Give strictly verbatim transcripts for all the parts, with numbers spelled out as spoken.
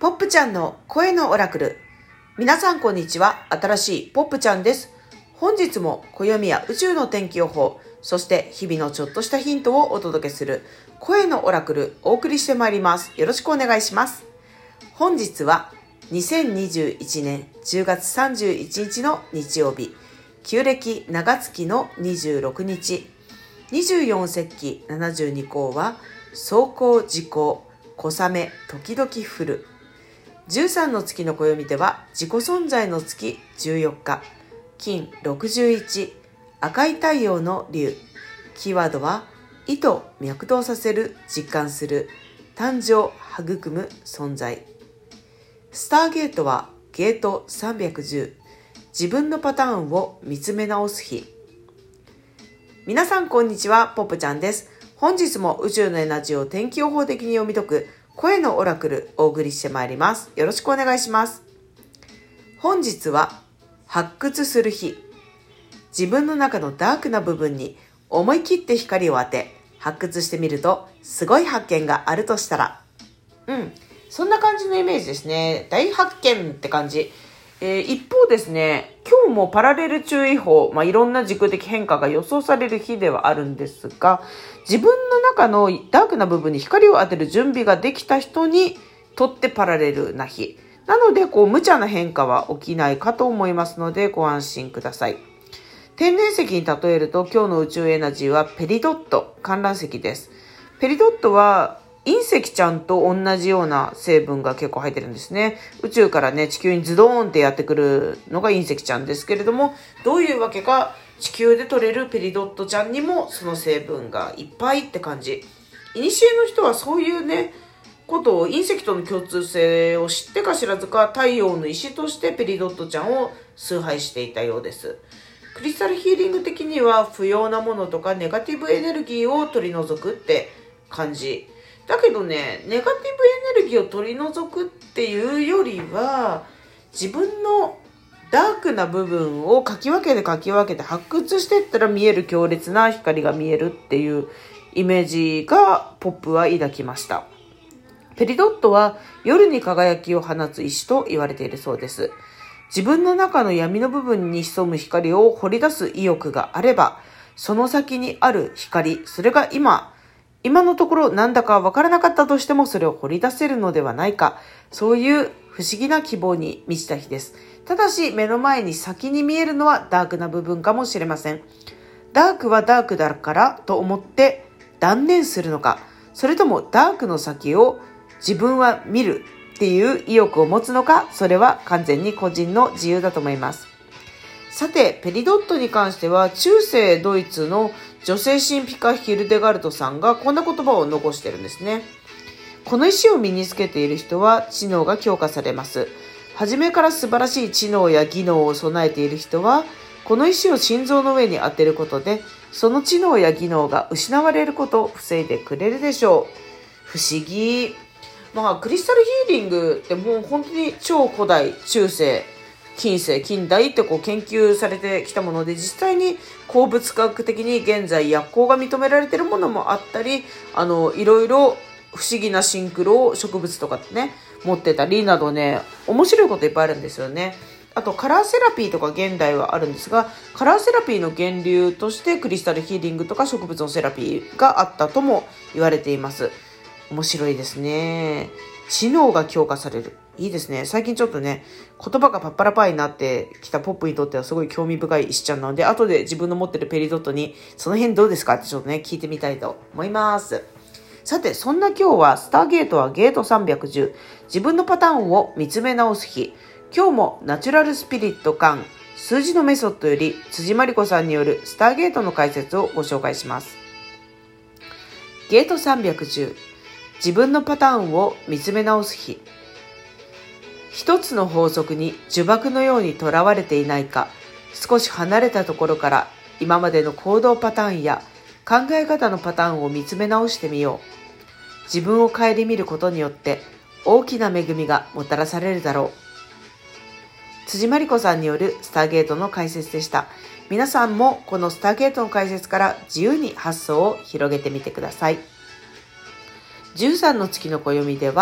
ポップちゃんの声のオラクル。皆さんこんにちは。新しいポップちゃんです。本日も暦や宇宙の天気予報、そして日々のちょっとしたヒントをお届けする声のオラクルお送りしてまいります。よろしくお願いします。本日はにせんにじゅういちねんじゅうがつさんじゅういちにちの日曜日、旧暦長月のにじゅうろくにち、にじゅうよん節気ななじゅうに項は霜降時降、小雨時々降る。じゅうさんの月の暦では自己存在の月じゅうよっか、金ろくじゅういち、赤い太陽の龍。キーワードは意図脈動させる、実感する、誕生育む存在。スターゲートはゲートさんびゃくじゅう、自分のパターンを見つめ直す日。皆さんこんにちは、ポップちゃんです。本日も宇宙のエナジーを天気予報的に読み解く声のオラクルお送りしてまいります。よろしくお願いします。本日は発掘する日。自分の中のダークな部分に思い切って光を当て発掘してみるとすごい発見があるとしたら、うんそんな感じのイメージですね。大発見って感じ。えー、一方ですね、今日もパラレル注意報、まあ、いろんな軸的変化が予想される日ではあるんですが、自分の中のダークな部分に光を当てる準備ができた人にとってパラレルな日。なので、こう、無茶な変化は起きないかと思いますので、ご安心ください。天然石に例えると、今日の宇宙エナジーはペリドット、観覧石です。ペリドットは、隕石ちゃんと同じような成分が結構入ってるんですね。宇宙からね、地球にズドーンってやってくるのが隕石ちゃんですけれども、どういうわけか地球で取れるペリドットちゃんにもその成分がいっぱいって感じ。いにしえの人はそういうね、ことを隕石との共通性を知ってか知らずか、太陽の石としてペリドットちゃんを崇拝していたようです。クリスタルヒーリング的には不要なものとかネガティブエネルギーを取り除くって感じ。だけどね、ネガティブエネルギーを取り除くっていうよりは、自分のダークな部分をかき分けてかき分けて発掘していったら見える強烈な光が見えるっていうイメージがポップは抱きました。ペリドットは夜に輝きを放つ石と言われているそうです。自分の中の闇の部分に潜む光を掘り出す意欲があれば、その先にある光、それが今、今のところなんだかわからなかったとしてもそれを掘り出せるのではないか、そういう不思議な希望に満ちた日です。ただし目の前に先に見えるのはダークな部分かもしれません。ダークはダークだからと思って断念するのか、それともダークの先を自分は見るっていう意欲を持つのか、それは完全に個人の自由だと思います。さて、ペリドットに関しては中世ドイツの女性神秘家ヒルデガルトさんがこんな言葉を残してるんですね。この石を身につけている人は知能が強化されます。初めから素晴らしい知能や技能を備えている人は、この石を心臓の上に当てることで、その知能や技能が失われることを防いでくれるでしょう。不思議。まあ、クリスタルヒーリングってもう本当に超古代、中世、近世、近代ってこう研究されてきたもので、実際に鉱物学的に現在薬効が認められているものもあったり、あのいろいろ不思議なシンクロを植物とかってね持ってたりなどね、面白いこといっぱいあるんですよね。あとカラーセラピーとか現代はあるんですが、カラーセラピーの源流としてクリスタルヒーリングとか植物のセラピーがあったとも言われています。面白いですね。知能が強化される。いいですね。最近ちょっとね、言葉がパッパラパーになってきたポップにとってはすごい興味深い石ちゃんなので、後で自分の持ってるペリドットにその辺どうですかってちょっとね、聞いてみたいと思います。さて、そんな今日はスターゲートはゲートさんびゃくじゅう、自分のパターンを見つめ直す日。今日もナチュラルスピリット感、数字のメソッドより辻真理子さんによるスターゲートの解説をご紹介します。ゲートさんびゃくじゅう、自分のパターンを見つめ直す日。一つの法則に呪縛のようにとらわれていないか、少し離れたところから今までの行動パターンや考え方のパターンを見つめ直してみよう。自分を顧みることによって大きな恵みがもたらされるだろう。辻真理子さんによるスターゲートの解説でした。皆さんもこのスターゲートの解説から自由に発想を広げてみてください。じゅうさんの月の暦では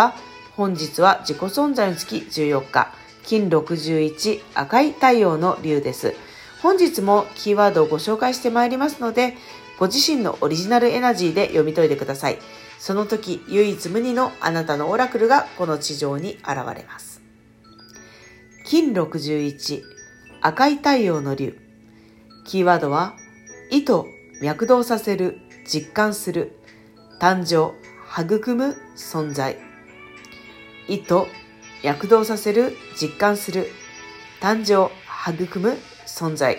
本日は自己存在の月じゅうよっか、金ろくじゅういち、赤い太陽の龍です。本日もキーワードをご紹介してまいりますので、ご自身のオリジナルエナジーで読み解いてください。その時、唯一無二のあなたのオラクルがこの地上に現れます。金ろくじゅういち、赤い太陽の龍。キーワードは、意図、脈動させる、実感する、誕生、育む存在。意図、躍動させる、実感する、誕生、育む存在。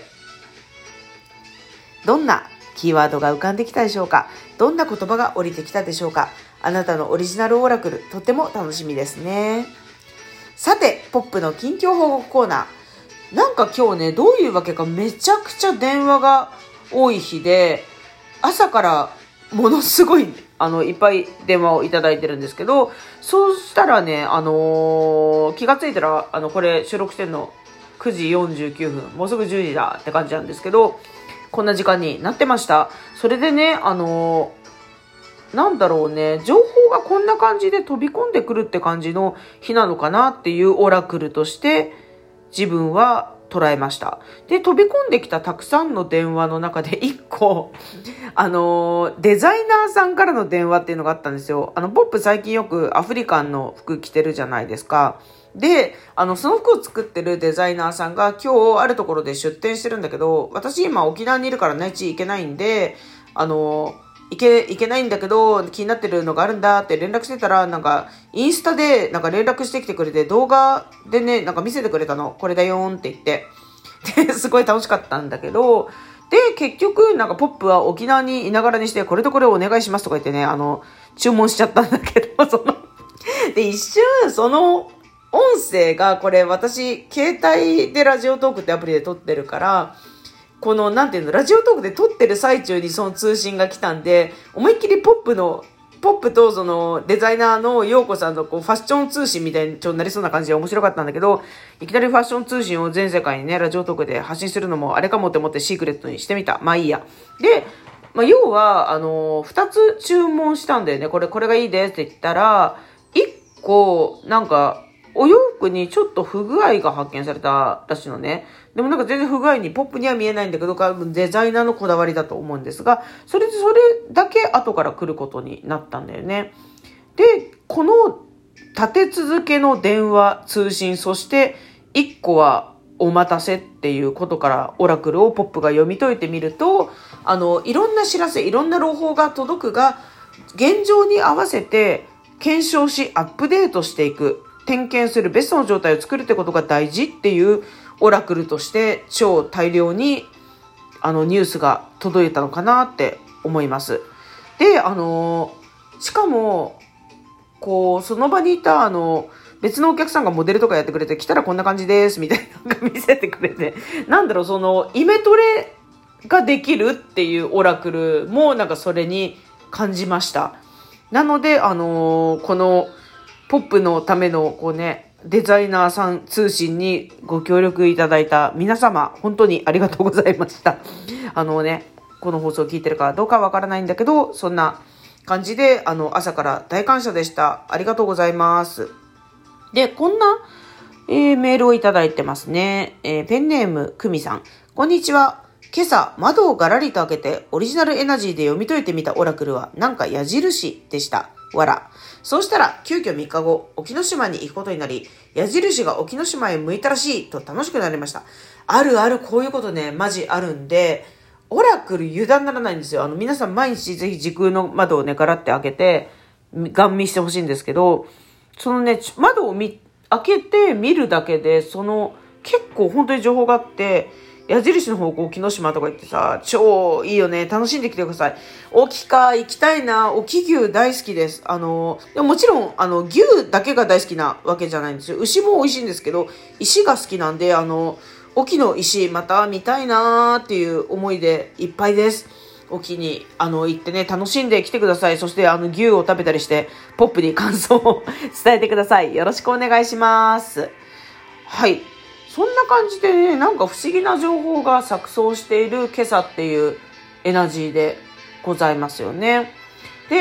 どんなキーワードが浮かんできたでしょうか？どんな言葉が降りてきたでしょうか？あなたのオリジナルオラクル、とても楽しみですね。さて、ポップの近況報告コーナー。なんか今日ね、どういうわけかめちゃくちゃ電話が多い日で、朝からものすごいあのいっぱい電話をいただいてるんですけど、そうしたらね、あのー、気がついたらあのこれ収録してるのくじよんじゅうきゅうふん、もうすぐじゅうじだって感じなんですけど、こんな時間になってました。それでね、あのー、なんだろうね、情報がこんな感じで飛び込んでくるって感じの日なのかなっていうオラクルとして自分は捉えました。で、飛び込んできたたくさんの電話の中でいっこ、あの、デザイナーさんからの電話っていうのがあったんですよ。あの、ポップ最近よくアフリカンの服着てるじゃないですか。で、あの、その服を作ってるデザイナーさんが今日あるところで出店してるんだけど、私今沖縄にいるから内地行けないんで、あの、行け、行けないんだけど気になってるのがあるんだって連絡してたら、なんかインスタでなんか連絡してきてくれて、動画でね、なんか見せてくれたの。これだよーんって言って。で、すごい楽しかったんだけど、で、結局、なんかポップは沖縄にいながらにして、これとこれをお願いしますとか言ってね、あの、注文しちゃったんだけど、その、で、一瞬、その、音声が、これ私、携帯でラジオトークってアプリで撮ってるから、この、なんていうの、ラジオトークで撮ってる最中にその通信が来たんで、思いっきりポップの、ポップとそのデザイナーの陽子さんのこうファッション通信みたいにちょっとなりそうな感じで面白かったんだけど、いきなりファッション通信を全世界にね、ラジオトークで発信するのもあれかもって思ってシークレットにしてみた。まあいいや。で、まあ要は、あの、二つ注文したんだよね。これ、これがいいですって言ったら、一個、なんか、お洋服にちょっと不具合が発見されたらしいのね。でもなんか全然不具合にポップには見えないんだけど、デザイナーのこだわりだと思うんですが、それでそれだけ後から来ることになったんだよね。で、この立て続けの電話、通信、そして一個はお待たせっていうことからオラクルをポップが読み解いてみると、あの、いろんな知らせ、いろんな朗報が届くが、現状に合わせて検証しアップデートしていく。点検するベストの状態を作るってことが大事っていうオラクルとして超大量にあのニュースが届いたのかなって思います。で、あのしかもこうその場にいたあの別のお客さんがモデルとかやってくれて、来たらこんな感じですみたいなのが見せてくれて、なんだろう、そのイメトレができるっていうオラクルもなんかそれに感じました。なのであのこのポップのためのこうね、デザイナーさん通信にご協力いただいた皆様、本当にありがとうございました。あのね、この放送を聞いてるかどうかわからないんだけど、そんな感じで、あの、朝から大感謝でした。ありがとうございます。で、こんな、えー、メールをいただいてますね。えー、ペンネーム、くみさん。こんにちは。今朝、窓をガラリと開けて、オリジナルエナジーで読み解いてみたオラクルは、なんか矢印でした。わら。そうしたら、急遽みっかご、沖ノ島に行くことになり、矢印が沖ノ島へ向いたらしいと楽しくなりました。あるある、こういうことね、マジあるんで、オラクル油断ならないんですよ。あの、皆さん毎日ぜひ時空の窓をね、ガラって開けて、ガン見してほしいんですけど、そのね、窓を見、開けて見るだけで、その、結構本当に情報があって、矢印の方向沖ノ島とか行ってさ、超いいよね。楽しんできてください。沖か、行きたいな。沖牛大好きです。あの、でももちろん、あの、牛だけが大好きなわけじゃないんですよ。牛も美味しいんですけど、石が好きなんで、あの、沖の石また見たいなーっていう思いでいっぱいです。沖に、あの、行ってね、楽しんできてください。そして、あの、牛を食べたりして、ポップに感想を伝えてください。よろしくお願いします。はい。そんな感じでね、なんか不思議な情報が錯綜している今朝っていうエナジーでございますよね。で、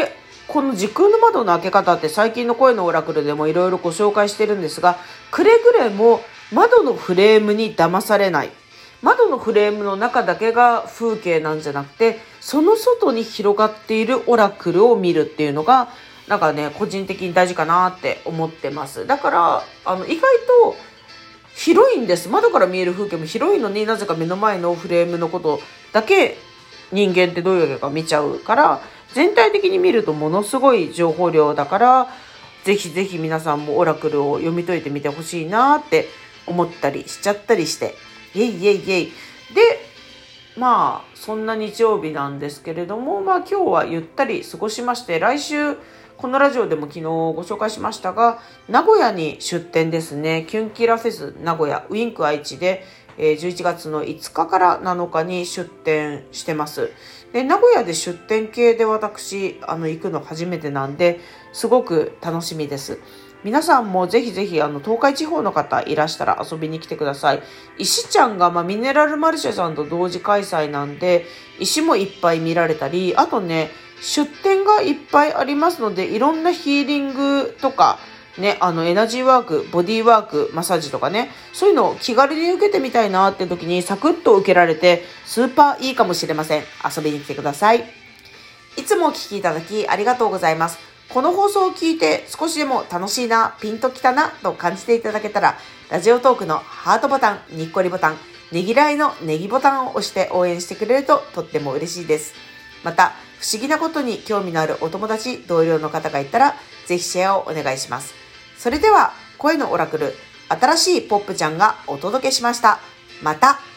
この時空の窓の開け方って最近の声のオラクルでもいろいろご紹介してるんですが、くれぐれも窓のフレームに騙されない。窓のフレームの中だけが風景なんじゃなくて、その外に広がっているオラクルを見るっていうのが、なんかね、個人的に大事かなって思ってます。だから、あの、意外と広いんです。窓から見える風景も広いのになぜか目の前のフレームのことだけ人間ってどういうわけか見ちゃうから、全体的に見るとものすごい情報量だから、ぜひぜひ皆さんもオラクルを読み解いてみてほしいなって思ったりしちゃったりして、イエイイエイイエイ。で、まあそんな日曜日なんですけれども、まあ今日はゆったり過ごしまして、来週このラジオでも昨日ご紹介しましたが、名古屋に出店ですね。キュンキラフェス名古屋ウィンク愛知でじゅういちがつのいつかからなのかに出店してます。で、名古屋で出店系で私あの行くの初めてなんで、すごく楽しみです。皆さんもぜひぜひあの東海地方の方いらしたら遊びに来てください。石ちゃんが、まあ、ミネラルマルシェさんと同時開催なんで、石もいっぱい見られたり、あとね、出店がいっぱいありますので、いろんなヒーリングとかね、あのエナジーワーク、ボディーワーク、マッサージとかね、そういうのを気軽に受けてみたいなって時にサクッと受けられてスーパーいいかもしれません。遊びに来てください。いつもお聞きいただきありがとうございます。この放送を聞いて少しでも楽しいな、ピンときたなと感じていただけたら、ラジオトークのハートボタン、にっこりボタン、ねぎらいのネギボタンを押して応援してくれるととっても嬉しいです。また、不思議なことに興味のあるお友達、同僚の方がいたら、ぜひシェアをお願いします。それでは、声のオラクル、新しいポップちゃんがお届けしました。また。